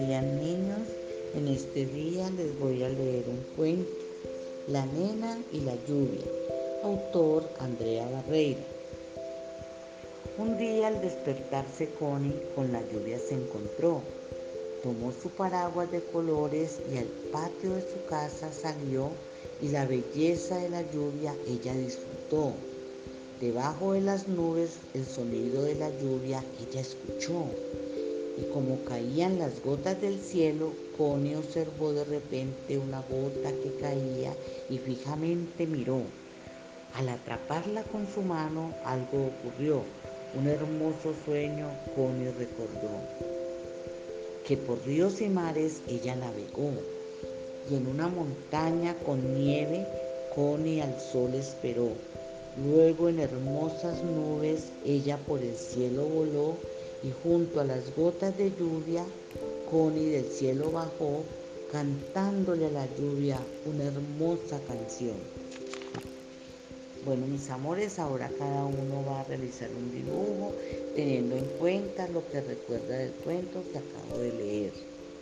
días, niños. En este día les voy a leer un cuento, La nena y la lluvia, autor Andrea Barreira. Un día al despertarse Connie con la lluvia se encontró. Tomó su paraguas de colores y al patio de su casa salió y la belleza de la lluvia ella disfrutó. Debajo de las nubes el sonido de la lluvia ella escuchó. Y como caían las gotas del cielo, Connie observó de repente una gota que caía y fijamente miró. Al atraparla con su mano, algo ocurrió. Un hermoso sueño Connie recordó. Que por ríos y mares ella navegó, y en una montaña con nieve Connie al sol esperó. Luego en hermosas nubes ella por el cielo voló, y junto a las gotas de lluvia Connie del cielo bajó, cantándole a la lluvia una hermosa canción. Bueno, mis amores, ahora cada uno va a realizar un dibujo teniendo en cuenta lo que recuerda del cuento que acabo de leer.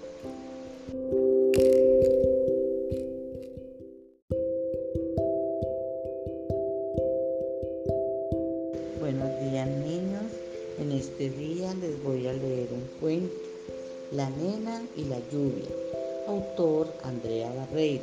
Buenos días, niños. En este día les voy a leer un cuento, La nena y la lluvia, autor Andrea Barreira.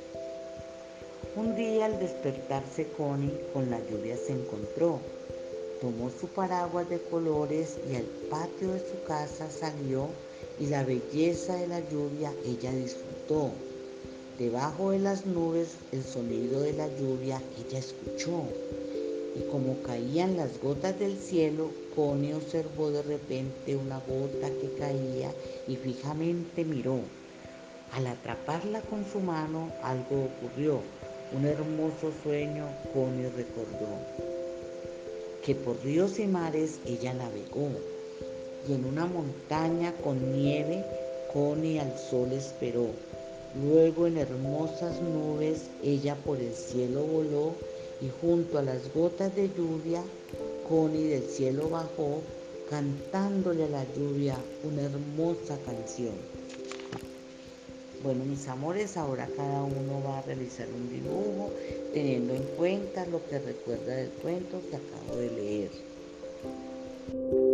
Un día al despertarse Connie con la lluvia se encontró. Tomó su paraguas de colores y al patio de su casa salió y la belleza de la lluvia ella disfrutó. Debajo de las nubes el sonido de la lluvia ella escuchó. Y como caían las gotas del cielo, Connie observó de repente una gota que caía y fijamente miró. Al atraparla con su mano, algo ocurrió. Un hermoso sueño Connie recordó. Que por ríos y mares ella navegó, y en una montaña con nieve Connie al sol esperó. Luego en hermosas nubes ella por el cielo voló, y junto a las gotas de lluvia Connie del cielo bajó, cantándole a la lluvia una hermosa canción. Bueno, mis amores, ahora cada uno va a realizar un dibujo teniendo en cuenta lo que recuerda del cuento que acabo de leer.